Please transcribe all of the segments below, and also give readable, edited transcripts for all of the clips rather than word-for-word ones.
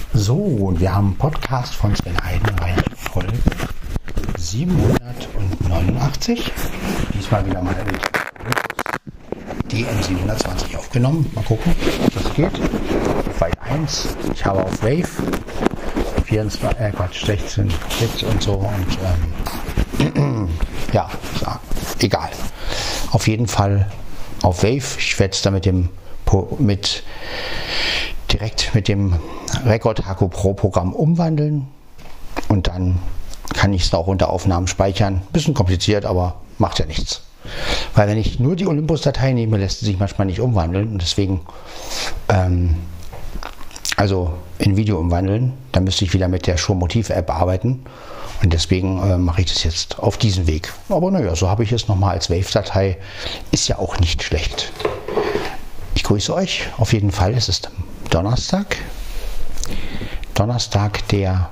So, und wir haben einen Podcast von Sven Heidenreich, Folge 789. Diesmal wieder mal mit DM720 aufgenommen. Mal gucken, ob das geht. Weit 1. Ich habe auf Wave 16 Bits und so. Und ja, egal. Auf jeden Fall auf Wave. Ich werde es dann direkt mit dem Record Haku Pro Programm umwandeln und dann kann ich es auch unter Aufnahmen speichern. Bisschen kompliziert, aber macht ja nichts. Weil wenn ich nur die Olympus-Datei nehme, lässt sie sich manchmal nicht umwandeln und deswegen also in Video umwandeln, dann müsste ich wieder mit der Show Motiv App arbeiten und deswegen mache ich das jetzt auf diesen Weg. Aber naja, so habe ich es nochmal als Wave-Datei. Ist ja auch nicht schlecht. Ich grüße euch. Auf jeden Fall, es ist Donnerstag der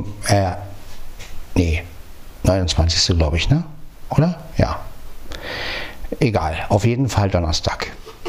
29. glaube ich, ne? Oder? Ja. Egal, auf jeden Fall Donnerstag.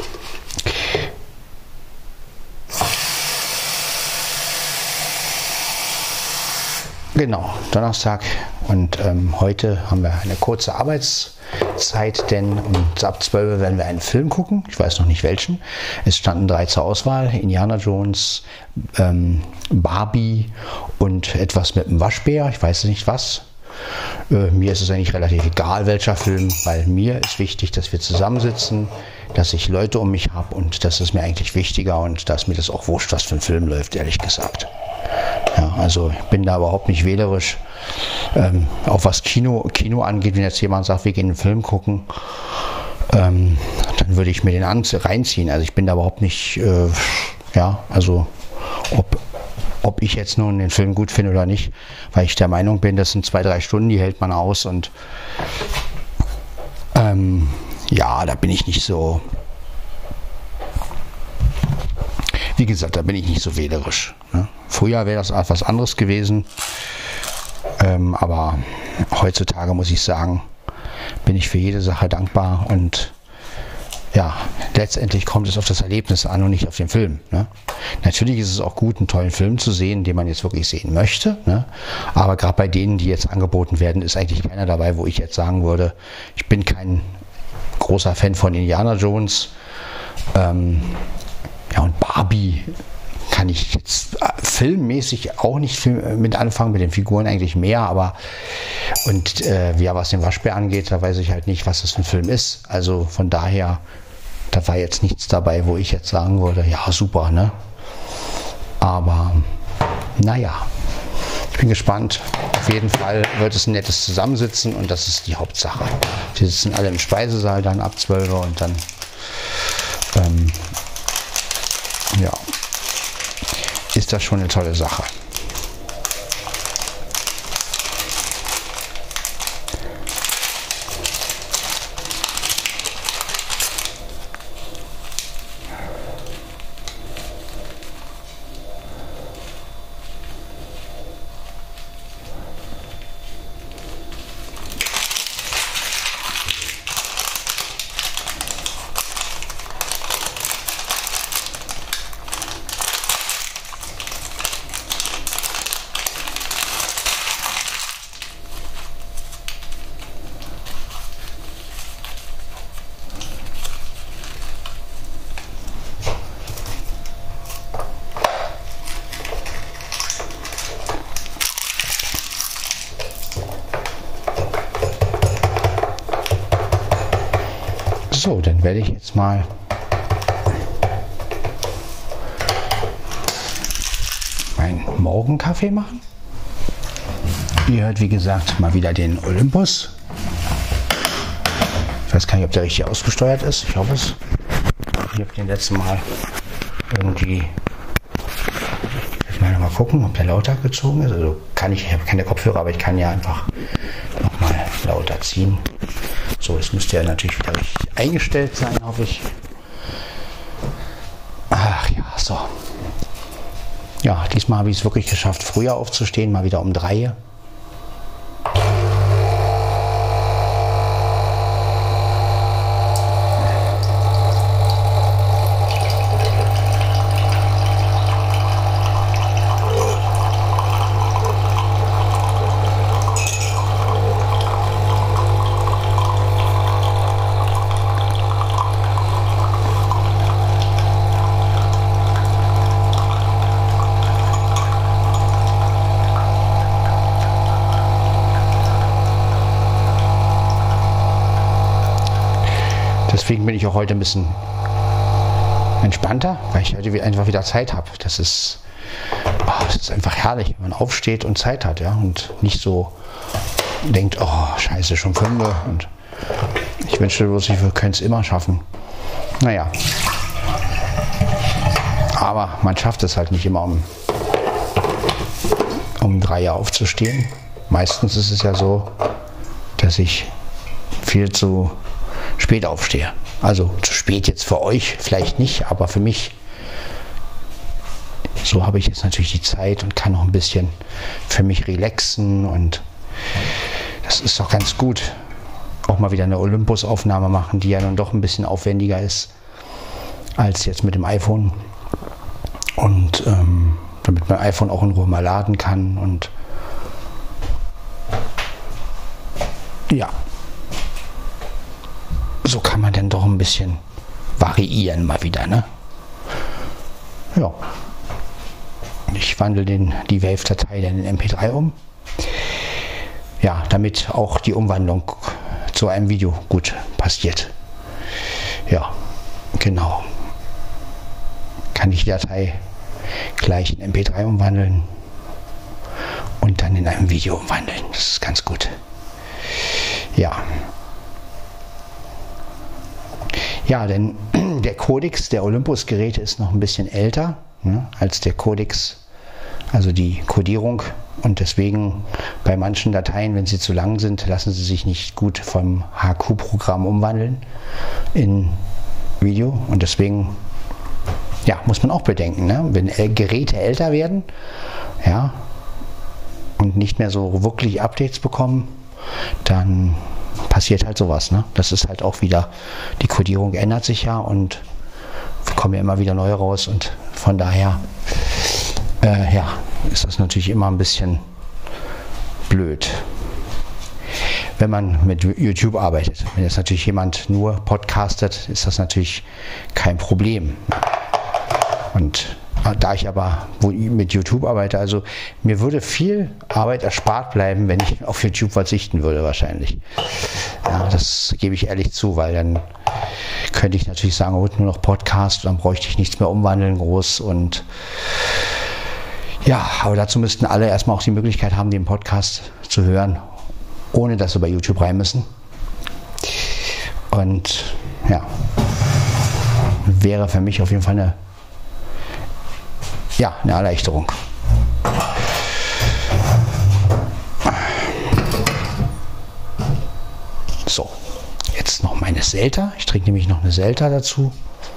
Genau, Donnerstag und heute haben wir eine kurze Arbeitszeit, denn ab 12 werden wir einen Film gucken. Ich weiß noch nicht welchen. Es standen 3 zur Auswahl. Indiana Jones, Barbie und etwas mit dem Waschbär. Ich weiß nicht was. Mir ist es eigentlich relativ egal, welcher Film, weil mir ist wichtig, dass wir zusammensitzen, dass ich Leute um mich habe und das ist mir eigentlich wichtiger und da ist mir das auch wurscht, was für ein Film läuft, ehrlich gesagt. Ja, also ich bin da überhaupt nicht wählerisch, auch was Kino angeht. Wenn jetzt jemand sagt, wir gehen einen Film gucken, dann würde ich mir den reinziehen. Also ich bin da überhaupt nicht, also ob ich jetzt nun den Film gut finde oder nicht, weil ich der Meinung bin, das sind 2-3 Stunden, die hält man aus und da bin ich nicht so, wie gesagt, da bin ich nicht so wählerisch. Ne? Früher wäre das etwas anderes gewesen, aber heutzutage muss ich sagen, bin ich für jede Sache dankbar und ja, letztendlich kommt es auf das Erlebnis an und nicht auf den Film. Ne? Natürlich ist es auch gut, einen tollen Film zu sehen, den man jetzt wirklich sehen möchte. Ne? Aber gerade bei denen, die jetzt angeboten werden, ist eigentlich keiner dabei, wo ich jetzt sagen würde, ich bin kein großer Fan von Indiana Jones. Und Barbie kann ich jetzt filmmäßig auch nicht mit anfangen, mit den Figuren eigentlich mehr, aber was den Waschbär angeht, da weiß ich halt nicht, was das für ein Film ist. Also von daher, da war jetzt nichts dabei, wo ich jetzt sagen würde, ja super, ne? Aber naja, ich bin gespannt. Auf jeden Fall wird es ein nettes Zusammensitzen und das ist die Hauptsache. Wir sitzen alle im Speisesaal dann ab 12 Uhr und dann ist das schon eine tolle Sache. So, dann werde ich jetzt mal meinen Morgenkaffee machen. Ihr hört, wie gesagt, mal wieder den Olympus. Ich weiß gar nicht, ob der richtig ausgesteuert ist. Ich hoffe es. Ich habe den letzten Mal irgendwie... Ich will mal gucken, ob der lauter gezogen ist. Also ich habe keine Kopfhörer, aber ich kann ja einfach nochmal lauter ziehen. So, das müsste ja natürlich wieder richtig eingestellt sein, hoffe ich. Ach ja, so. Ja, diesmal habe ich es wirklich geschafft, früher aufzustehen, mal wieder um 3. deswegen bin ich auch heute ein bisschen entspannter, weil ich heute einfach wieder Zeit habe. Das ist einfach herrlich, wenn man aufsteht und Zeit hat, ja, und nicht so denkt, oh, scheiße, schon 5 Uhr. Und ich wünschte bloß, ich könnte es immer schaffen. Naja. Aber man schafft es halt nicht immer, um 3 Uhr aufzustehen. Meistens ist es ja so, dass ich viel zu spät aufstehe. Also zu spät jetzt für euch vielleicht nicht, aber für mich. So habe ich jetzt natürlich die Zeit und kann noch ein bisschen für mich relaxen und das ist doch ganz gut. Auch mal wieder eine Olympus-Aufnahme machen, die ja nun doch ein bisschen aufwendiger ist als jetzt mit dem iPhone. Und damit mein iPhone auch in Ruhe mal laden kann und ja, so kann man dann doch ein bisschen variieren mal wieder, ne? Ja. Ich wandle die Wave-Datei dann in MP3 um. Ja, damit auch die Umwandlung zu einem Video gut passiert. Ja, genau. Kann ich die Datei gleich in MP3 umwandeln und dann in einem Video umwandeln. Das ist ganz gut. Ja. Ja, denn der Codex der Olympus-Geräte ist noch ein bisschen älter, ne, als der Codex, also die Codierung. Und deswegen bei manchen Dateien, wenn sie zu lang sind, lassen sie sich nicht gut vom HQ-Programm umwandeln in Video. Und deswegen, ja, muss man auch bedenken, ne? Wenn Geräte älter werden, ja, und nicht mehr so wirklich Updates bekommen, dann passiert halt sowas, ne? Das ist halt auch wieder, die Codierung ändert sich ja und kommen ja immer wieder neue raus und von daher, ja, ist das natürlich immer ein bisschen blöd, wenn man mit YouTube arbeitet. Wenn jetzt natürlich jemand nur podcastet, ist das natürlich kein Problem. Und da ich aber mit YouTube arbeite, also mir würde viel Arbeit erspart bleiben, wenn ich auf YouTube verzichten würde wahrscheinlich. Ja, das gebe ich ehrlich zu, weil dann könnte ich natürlich sagen, gut, nur noch Podcast, dann bräuchte ich nichts mehr umwandeln groß und ja, aber dazu müssten alle erstmal auch die Möglichkeit haben, den Podcast zu hören, ohne dass sie bei YouTube rein müssen. Und ja, wäre für mich auf jeden Fall eine Erleichterung. So, jetzt noch meine Selter. Ich trinke nämlich noch eine Selter dazu.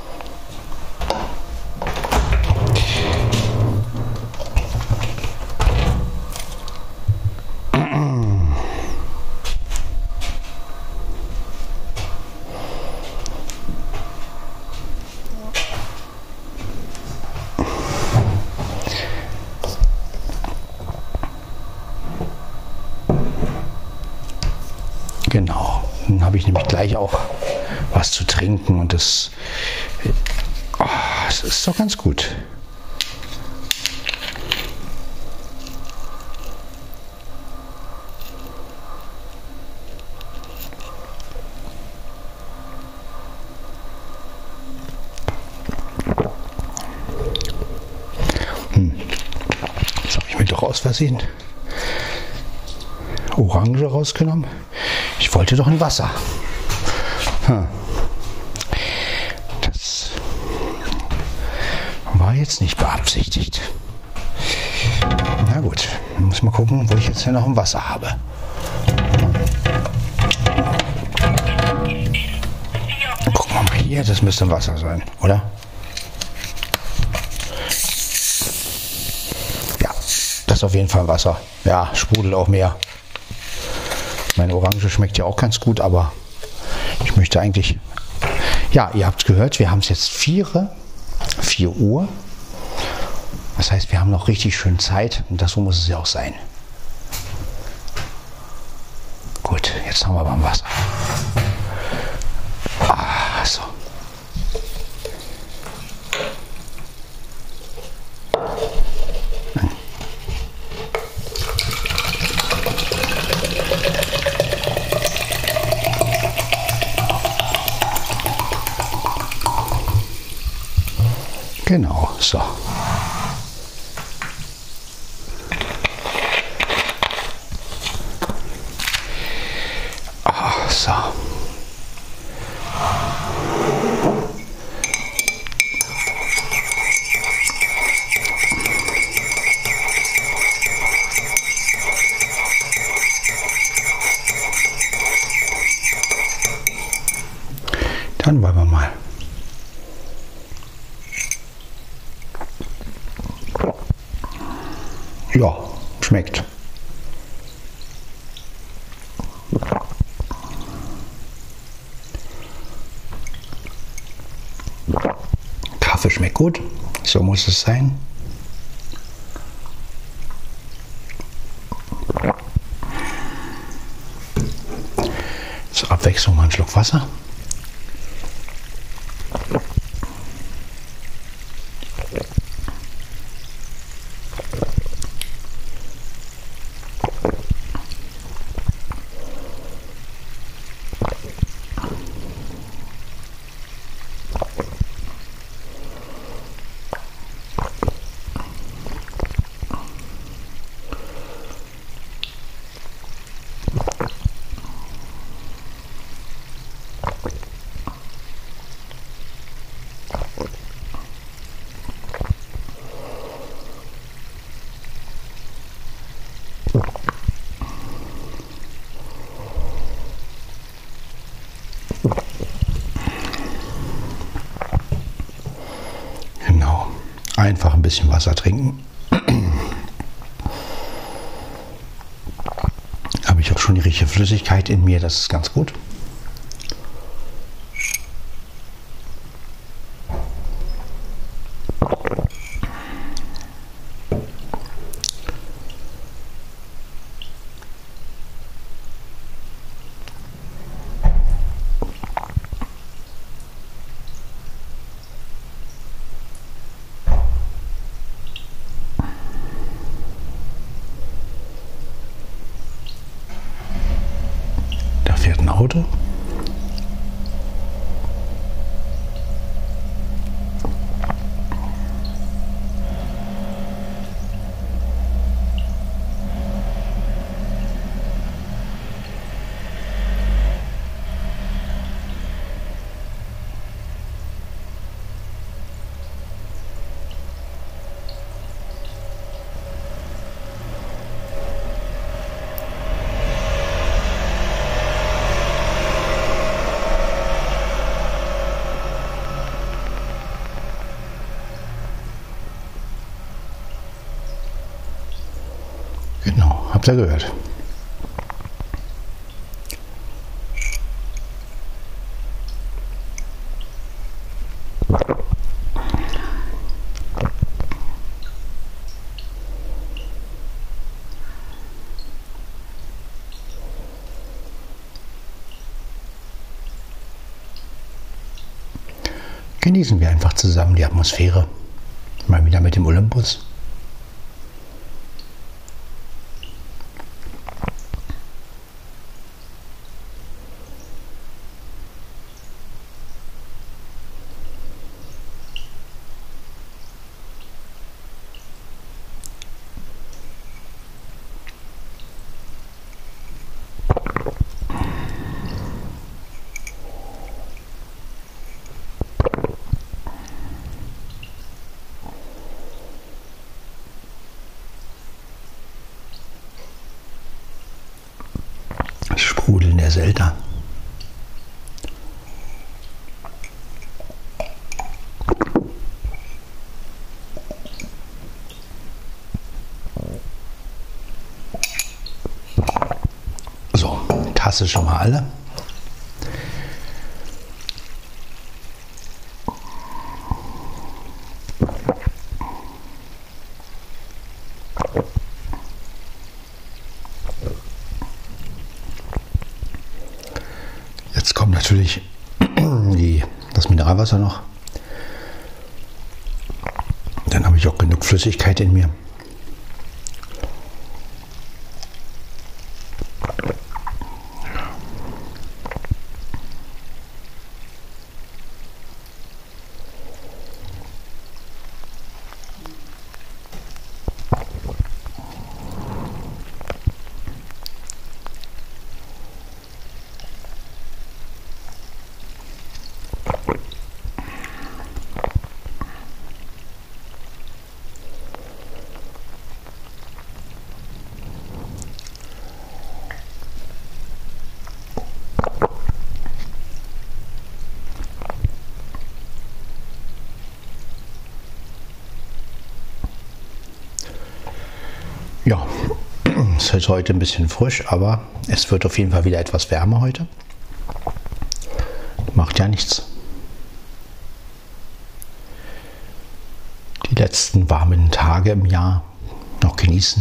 Genau, dann habe ich nämlich gleich auch was zu trinken und das ist doch ganz gut. Jetzt habe ich mir doch aus Versehen Orange rausgenommen. Ich wollte doch ein Wasser. Das war jetzt nicht beabsichtigt. Na gut, muss mal gucken, wo ich jetzt hier noch ein Wasser habe. Gucken wir mal hier, das müsste ein Wasser sein, oder? Ja, das ist auf jeden Fall Wasser. Ja, sprudelt auch mehr. Meine Orange schmeckt ja auch ganz gut, aber ich möchte eigentlich... Ja, ihr habt es gehört, wir haben es jetzt 4 Uhr. Das heißt, wir haben noch richtig schön Zeit und so muss es ja auch sein. Gut, jetzt haben wir aber Wasser. So. Genau, so. So. Dann wollen wir mal. Ja, schmeckt. Kaffee schmeckt gut, so muss es sein. Zur Abwechslung mal einen Schluck Wasser. Genau, einfach ein bisschen Wasser trinken. Habe ich auch schon die richtige Flüssigkeit in mir, das ist ganz gut. Fährt ein Auto. Genau, habt ihr gehört. Genießen wir einfach zusammen die Atmosphäre. Mal wieder mit dem Olympus. Sprudeln der Selter. So, Tasse schon mal alle. Jetzt kommt natürlich das Mineralwasser noch. Dann habe ich auch genug Flüssigkeit in mir. Ja, es ist heute ein bisschen frisch, aber es wird auf jeden Fall wieder etwas wärmer heute. Macht ja nichts. Die letzten warmen Tage im Jahr noch genießen.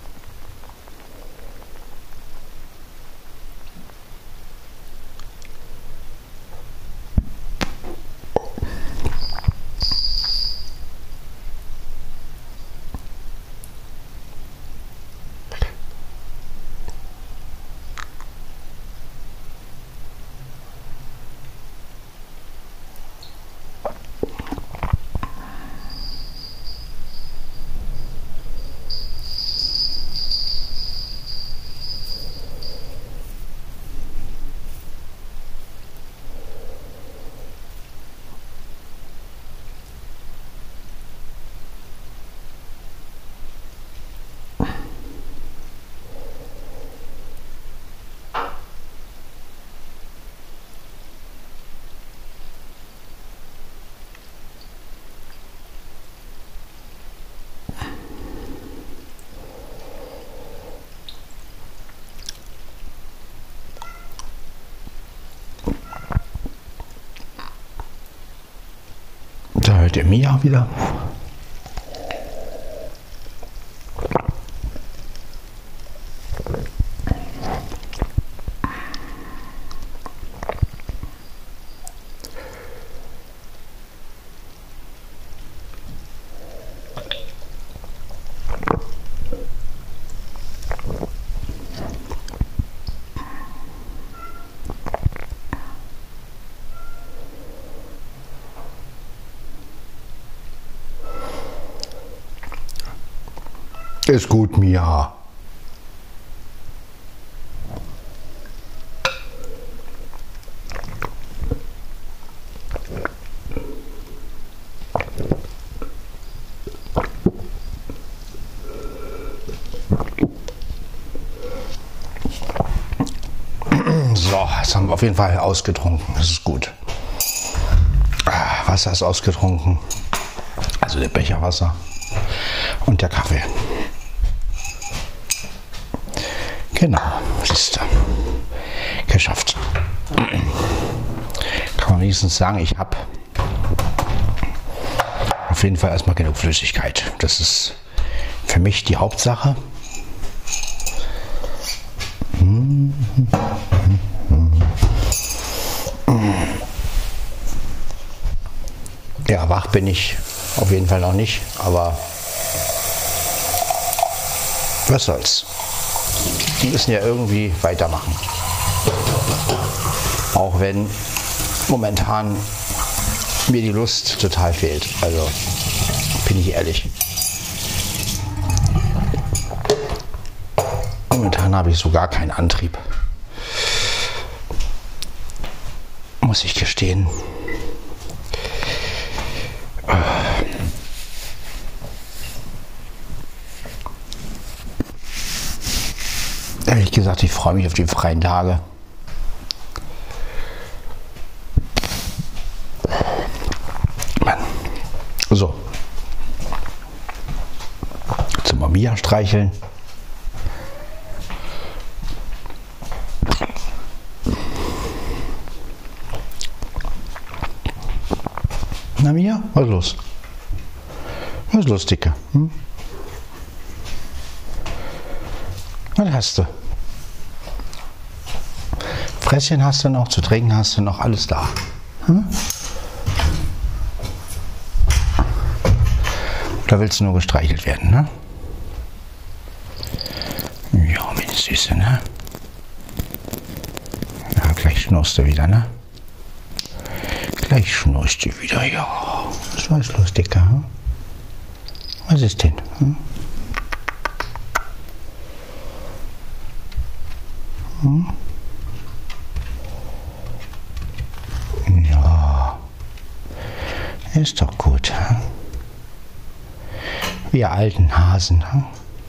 Da hört ihr Mia wieder. Ist gut, Mia. So, jetzt haben wir auf jeden Fall ausgetrunken. Das ist gut. Wasser ist ausgetrunken. Also der Becher Wasser und der Kaffee. Genau, siehst du. Geschafft. Kann man wenigstens sagen, ich habe auf jeden Fall erstmal genug Flüssigkeit. Das ist für mich die Hauptsache. Ja, wach bin ich auf jeden Fall noch nicht, aber was soll's. Die müssen ja irgendwie weitermachen. Auch wenn momentan mir die Lust total fehlt. Also bin ich ehrlich. Momentan habe ich so gar keinen Antrieb. Muss ich gestehen. Ehrlich gesagt, ich freue mich auf die freien Tage. Mann. So. Zum Mia streicheln. Na Mia, was ist los? Was ist los, Dicke? Was hast du? Fresschen hast du noch, zu trinken hast du noch, alles da. Oder willst du nur gestreichelt werden, ne? Ja, meine Süße, ne? Ja, gleich schnurst du wieder, ne? Gleich schnurst du wieder, ja. Was ist los, Dicker? Hm? Was ist denn? Hm? Hm? Ja, ist doch gut. Hm? Wir alten Hasen. Hm?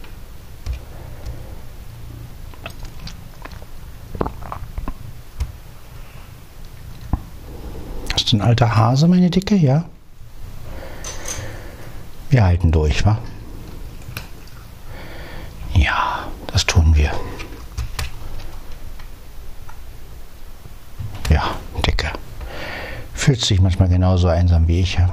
Hast du ein alter Hase, meine Dicke? Ja. Wir halten durch, wa? Fühlt sich manchmal genauso einsam wie ich. Ja.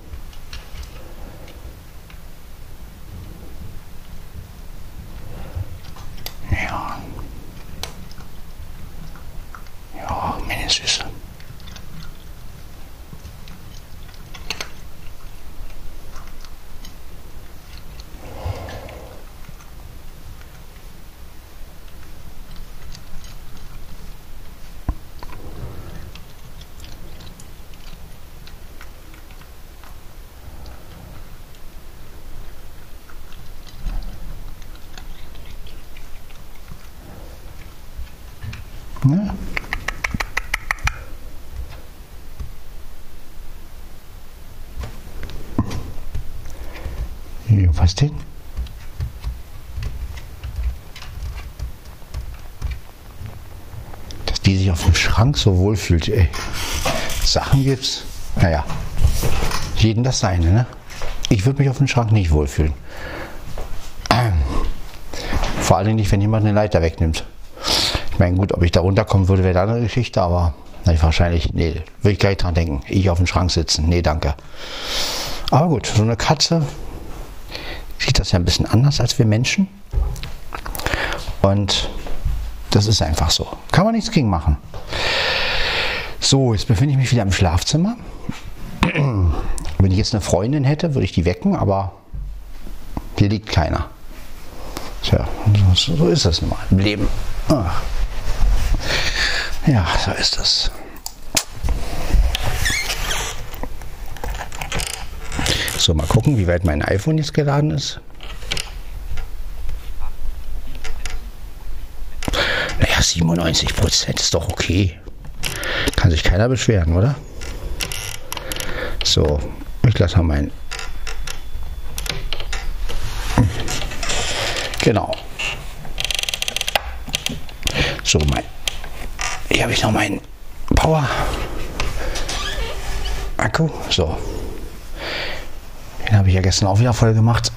Ja. Ja, meine Süße. Ja. Ja, was denn? Dass die sich auf dem Schrank so wohlfühlt, ey. Sachen gibt's. Naja, jeden das seine, ne? Ich würde mich auf dem Schrank nicht wohlfühlen. Vor allem nicht, wenn jemand eine Leiter wegnimmt. Ich meine, gut, ob ich da runterkommen würde, wäre da eine Geschichte, aber wahrscheinlich, nee, würde ich gar nicht dran denken. Ich auf dem Schrank sitzen, nee, danke. Aber gut, so eine Katze sieht das ja ein bisschen anders als wir Menschen. Und das ist einfach so. Kann man nichts gegen machen. So, jetzt befinde ich mich wieder im Schlafzimmer. Wenn ich jetzt eine Freundin hätte, würde ich die wecken, aber hier liegt keiner. Tja, so ist das nun mal im Leben. Ach. Ja, so ist das. So, mal gucken, wie weit mein iPhone jetzt geladen ist. Naja, 97% ist doch okay. Kann sich keiner beschweren, oder? So, ich lasse mal mein... Genau. So, hier habe ich noch meinen Power-Akku. So. Den habe ich ja gestern auch wieder voll gemacht.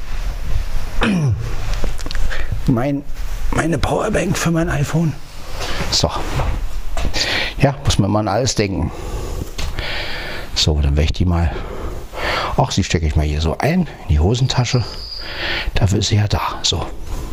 Meine Powerbank für mein iPhone. So. Ja, muss man mal an alles denken. So, dann werde ich die mal... Ach, sie stecke ich mal hier so ein, in die Hosentasche. Dafür ist sie ja da. So.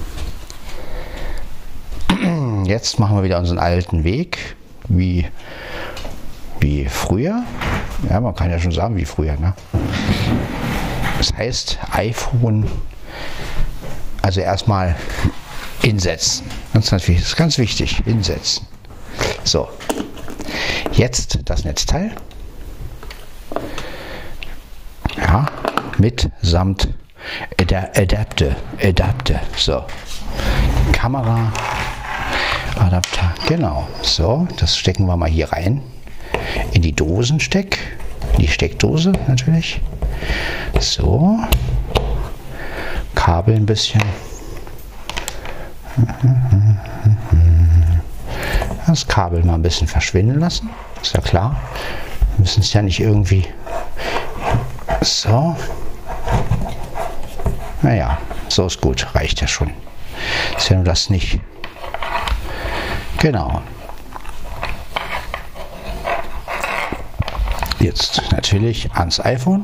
Jetzt machen wir wieder unseren alten Weg, wie früher. Ja, man kann ja schon sagen, wie früher. Ne? Das heißt, iPhone, also erstmal insetzen. Das ist ganz wichtig, insetzen. So, jetzt das Netzteil. Ja, mitsamt Adapter. So, Kamera. Adapter, genau. So, das stecken wir mal hier rein. In die die Steckdose natürlich. So. Kabel ein bisschen. Das Kabel mal ein bisschen verschwinden lassen. Ist ja klar. Wir müssen es ja nicht irgendwie... So. Naja, so ist gut. Reicht ja schon. Ist ja nur das nicht... Genau. Jetzt natürlich ans iPhone.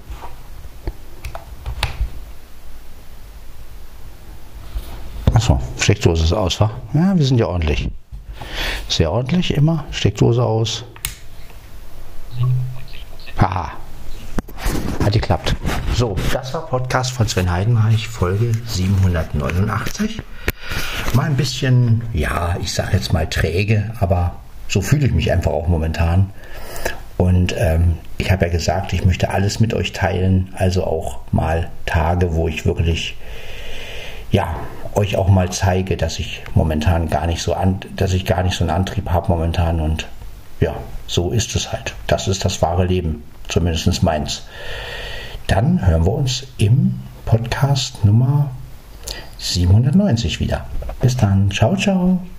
Achso, Steckdose ist aus, wa? Ja, wir sind ja ordentlich. Sehr ordentlich immer. Steckdose aus. Haha. Hat geklappt. So, das war Podcast von Sven Heidenreich, Folge 789. Mal ein bisschen, ja, ich sage jetzt mal träge, aber so fühle ich mich einfach auch momentan. Und ich habe ja gesagt, ich möchte alles mit euch teilen, also auch mal Tage, wo ich wirklich, ja, euch auch mal zeige, dass ich momentan gar nicht so einen Antrieb habe momentan. Und ja, so ist es halt. Das ist das wahre Leben, zumindest meins. Dann hören wir uns im Podcast Nummer 790 wieder. Bis dann. Ciao, ciao.